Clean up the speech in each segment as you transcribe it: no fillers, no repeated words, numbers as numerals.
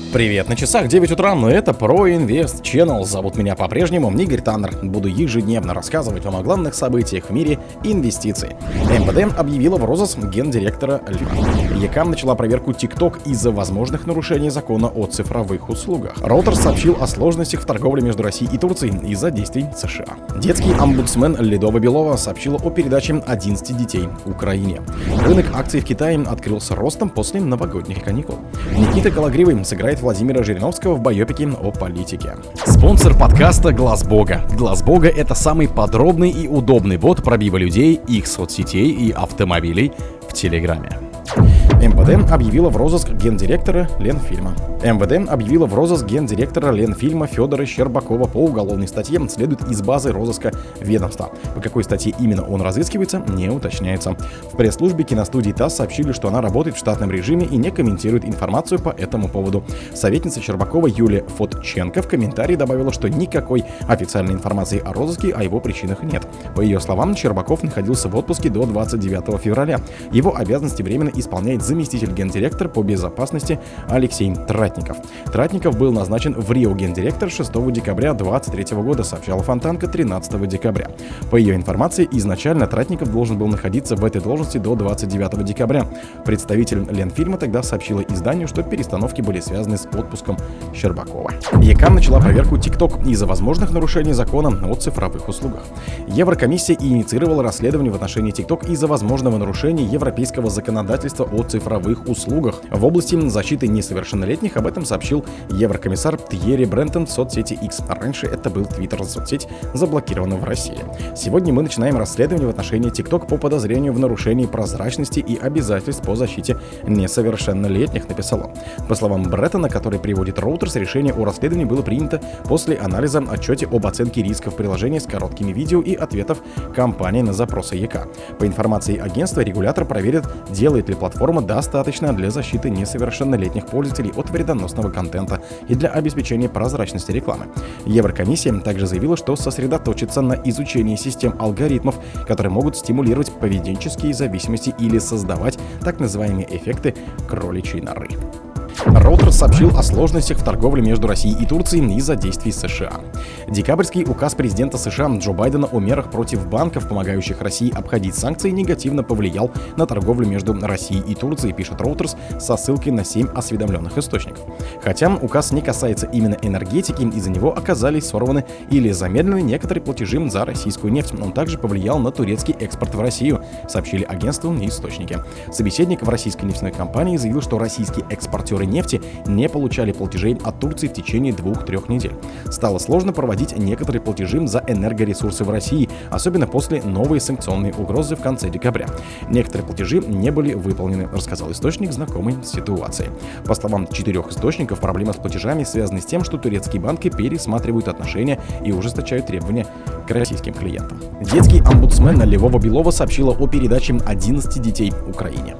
Привет, на часах 9 утра, но это ProInvest Channel. Зовут меня по-прежнему Игорь Таннер. Буду ежедневно рассказывать вам о главных событиях в мире инвестиций. МВД объявила в розыск гендиректора Льва. ЕКАМ начала проверку TikTok из-за возможных нарушений закона о цифровых услугах. Reuters сообщил о сложностях в торговле между Россией и Турцией из-за действий США. Детский омбудсмен Лидова Белова сообщила о передаче 11 детей Украине. Рынок акций в Китае открылся ростом после новогодних каникул. Никита Калагривый сыграет Владимира Жириновского в байопике о политике. Спонсор подкаста Глаз Бога. Глаз Бога — это самый подробный и удобный бот пробива людей, их соцсетей и автомобилей в Телеграме. МВД объявила в розыск гендиректора Ленфильма. МВД объявила в розыск гендиректора Ленфильма Федора Щербакова по уголовной статье, следует из базы розыска ведомства. По какой статье именно он разыскивается, не уточняется. В пресс-службе киностудии ТАСС сообщили, что она работает в штатном режиме и не комментирует информацию по этому поводу. Советница Щербакова Юлия Фотченко в комментарии добавила, что никакой официальной информации о розыске о его причинах нет. По ее словам, Щербаков находился в отпуске до 29 февраля. Его обязанности временно исполняет заместитель гендиректора по безопасности Алексей Тратников. Тратников был назначен в Рио гендиректор 6 декабря 2023 года, сообщала Фонтанка 13 декабря. По ее информации, изначально Тратников должен был находиться в этой должности до 29 декабря. Представитель Ленфильма тогда сообщила изданию, что перестановки были связаны с отпуском Щербакова. ЕКАМ начала проверку TikTok из-за возможных нарушений закона о цифровых услугах. Еврокомиссия инициировала расследование в отношении TikTok из-за возможного нарушения европейского законодательства о цифровых услугах в области защиты несовершеннолетних. Об этом сообщил еврокомиссар Тьерри Брентон в соцсети X. Раньше это был Twitter, соцсеть заблокирована в России. Сегодня мы начинаем расследование в отношении TikTok по подозрению в нарушении прозрачности и обязательств по защите несовершеннолетних, написал он. По словам Бреттона, который приводит Reuters, решение о расследовании было принято после анализа отчета об оценке рисков приложения с короткими видео и ответов компании на запросы ЕК. По информации агентства, регулятор проверит, делает ли платформа достаточно для защиты несовершеннолетних пользователей от вредоносного контента и для обеспечения прозрачности рекламы. Еврокомиссия также заявила, что сосредоточится на изучении систем алгоритмов, которые могут стимулировать поведенческие зависимости или создавать так называемые эффекты кроличьей норы. Reuters сообщил о сложностях в торговле между Россией и Турцией из-за действий США. Декабрьский указ президента США Джо Байдена о мерах против банков, помогающих России обходить санкции, негативно повлиял на торговлю между Россией и Турцией, пишет Reuters со ссылкой на 7 осведомленных источников. Хотя указ не касается именно энергетики, из-за него оказались сорваны или замедлены некоторые платежи за российскую нефть. Он также повлиял на турецкий экспорт в Россию, сообщили агентству и источники. Собеседник в российской нефтяной компании заявил, что российские экспортеры нефти не получали платежей от Турции в течение 2-3 недель. Стало сложно проводить некоторые платежи за энергоресурсы в России, особенно после новой санкционной угрозы в конце декабря. Некоторые платежи не были выполнены, рассказал источник, знакомый с ситуацией. По словам 4 источников, проблема с платежами связана с тем, что турецкие банки пересматривают отношения и ужесточают требования к российским клиентам. Детский омбудсмен Львова Белова сообщила о передаче 11 детей Украине.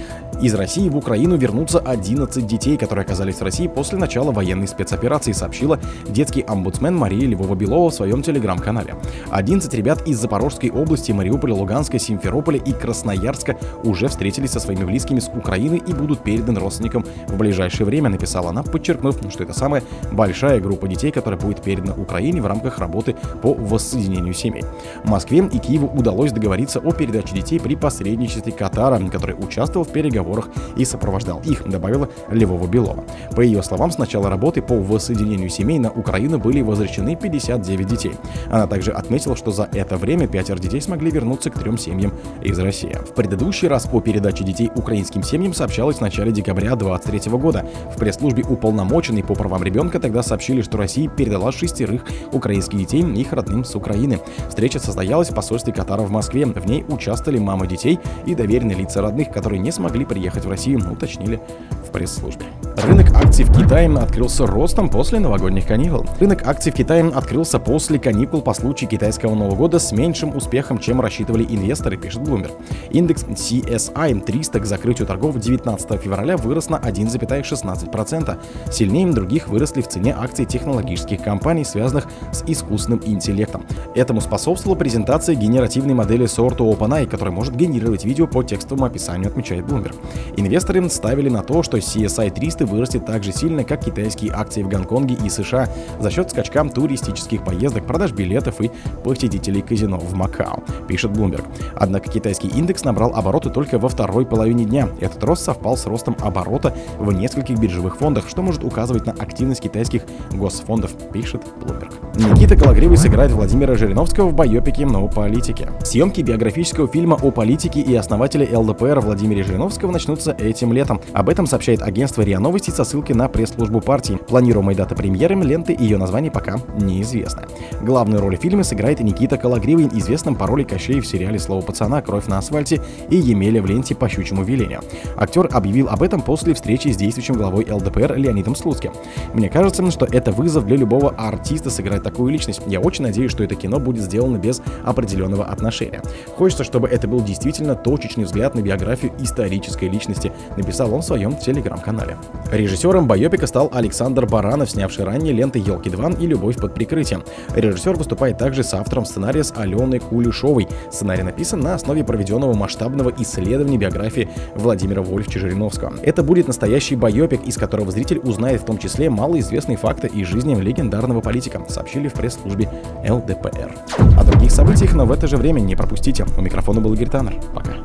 Из России в Украину вернутся 11 детей, которые оказались в России после начала военной спецоперации, сообщила детский омбудсмен Мария Львова-Белова в своем телеграм-канале. 11 ребят из Запорожской области, Мариуполя, Луганска, Симферополя и Красноярска уже встретились со своими близкими с Украины и будут переданы родственникам в ближайшее время, написала она, подчеркнув, что это самая большая группа детей, которая будет передана Украине в рамках работы по воссоединению семей. Москве и Киеву удалось договориться о передаче детей при посредничестве Катара, который участвовал в переговорах и сопровождал их, добавила Львова-Белова. По ее словам, с начала работы по воссоединению семей на Украину были возвращены 59 детей. Она также отметила, что за это время 5 детей смогли вернуться к 3 семьям из России. В предыдущий раз о передаче детей украинским семьям сообщалось в начале декабря 2023 года. В пресс-службе уполномоченной по правам ребенка тогда сообщили, что Россия передала 6 украинских детей их родным с Украины. Встреча состоялась в посольстве Катара в Москве. В ней участвовали мамы детей и доверенные лица родных, которые не смогли приехать в Россию, уточнили в пресс-службе. Рынок акций в Китае открылся ростом после новогодних каникул. Рынок акций в Китае открылся после каникул по случаю китайского Нового года с меньшим успехом, чем рассчитывали инвесторы, пишет Bloomberg. Индекс CSI 300 к закрытию торгов 19 февраля вырос на 1,16%. Сильнее других выросли в цене акций технологических компаний, связанных с искусственным интеллектом. Этому способствовала презентация генеративной модели сорта OpenAI, которая может генерировать видео по текстовому описанию, отмечает Bloomberg. Инвесторы ставили на то, что CSI 300 крипты вырастет так же сильно, как китайские акции в Гонконге и США за счет скачка туристических поездок, продаж билетов и посетителей казино в Макао, пишет Bloomberg. Однако китайский индекс набрал обороты только во второй половине дня. Этот рост совпал с ростом оборота в нескольких биржевых фондах, что может указывать на активность китайских госфондов, пишет Bloomberg. Никита Кологривый сыграет Владимира Жириновского в байопике о политике. Съемки биографического фильма о политике и основателе ЛДПР Владимире Жириновского начнутся этим летом. Об этом сообщает агентство РИА Новости со ссылкой на пресс-службу партии. Планируемая дата премьеры ленты и ее название пока неизвестна. Главную роль в фильме сыграет Никита Кологривый, известным по роли Кощея в сериале «Слово пацана», «Кровь на асфальте» и Емеля в ленте «По щучьему велению». Актер объявил об этом после встречи с действующим главой ЛДПР Леонидом Слуцким. «Мне кажется, что это вызов для любого артиста сыграть такую личность. Я очень надеюсь, что это кино будет сделано без определенного отношения. Хочется, чтобы это был действительно точечный взгляд на биографию исторической личности», написал он в своем телеграм-канале. Режиссером байопика стал Александр Баранов, снявший ранее ленты «Елки 2» и «Любовь под прикрытием». Режиссер выступает также с автором сценария с Аленой Кулешовой. Сценарий написан на основе проведенного масштабного исследования биографии Владимира Вольфовича-Жириновского. Это будет настоящий байопик, из которого зритель узнает в том числе малоизвестные факты из жизни легендарного политика, сообщили в пресс-службе ЛДПР. О других событиях, но в это же время не пропустите. У микрофона был Игорь Таннер. Пока.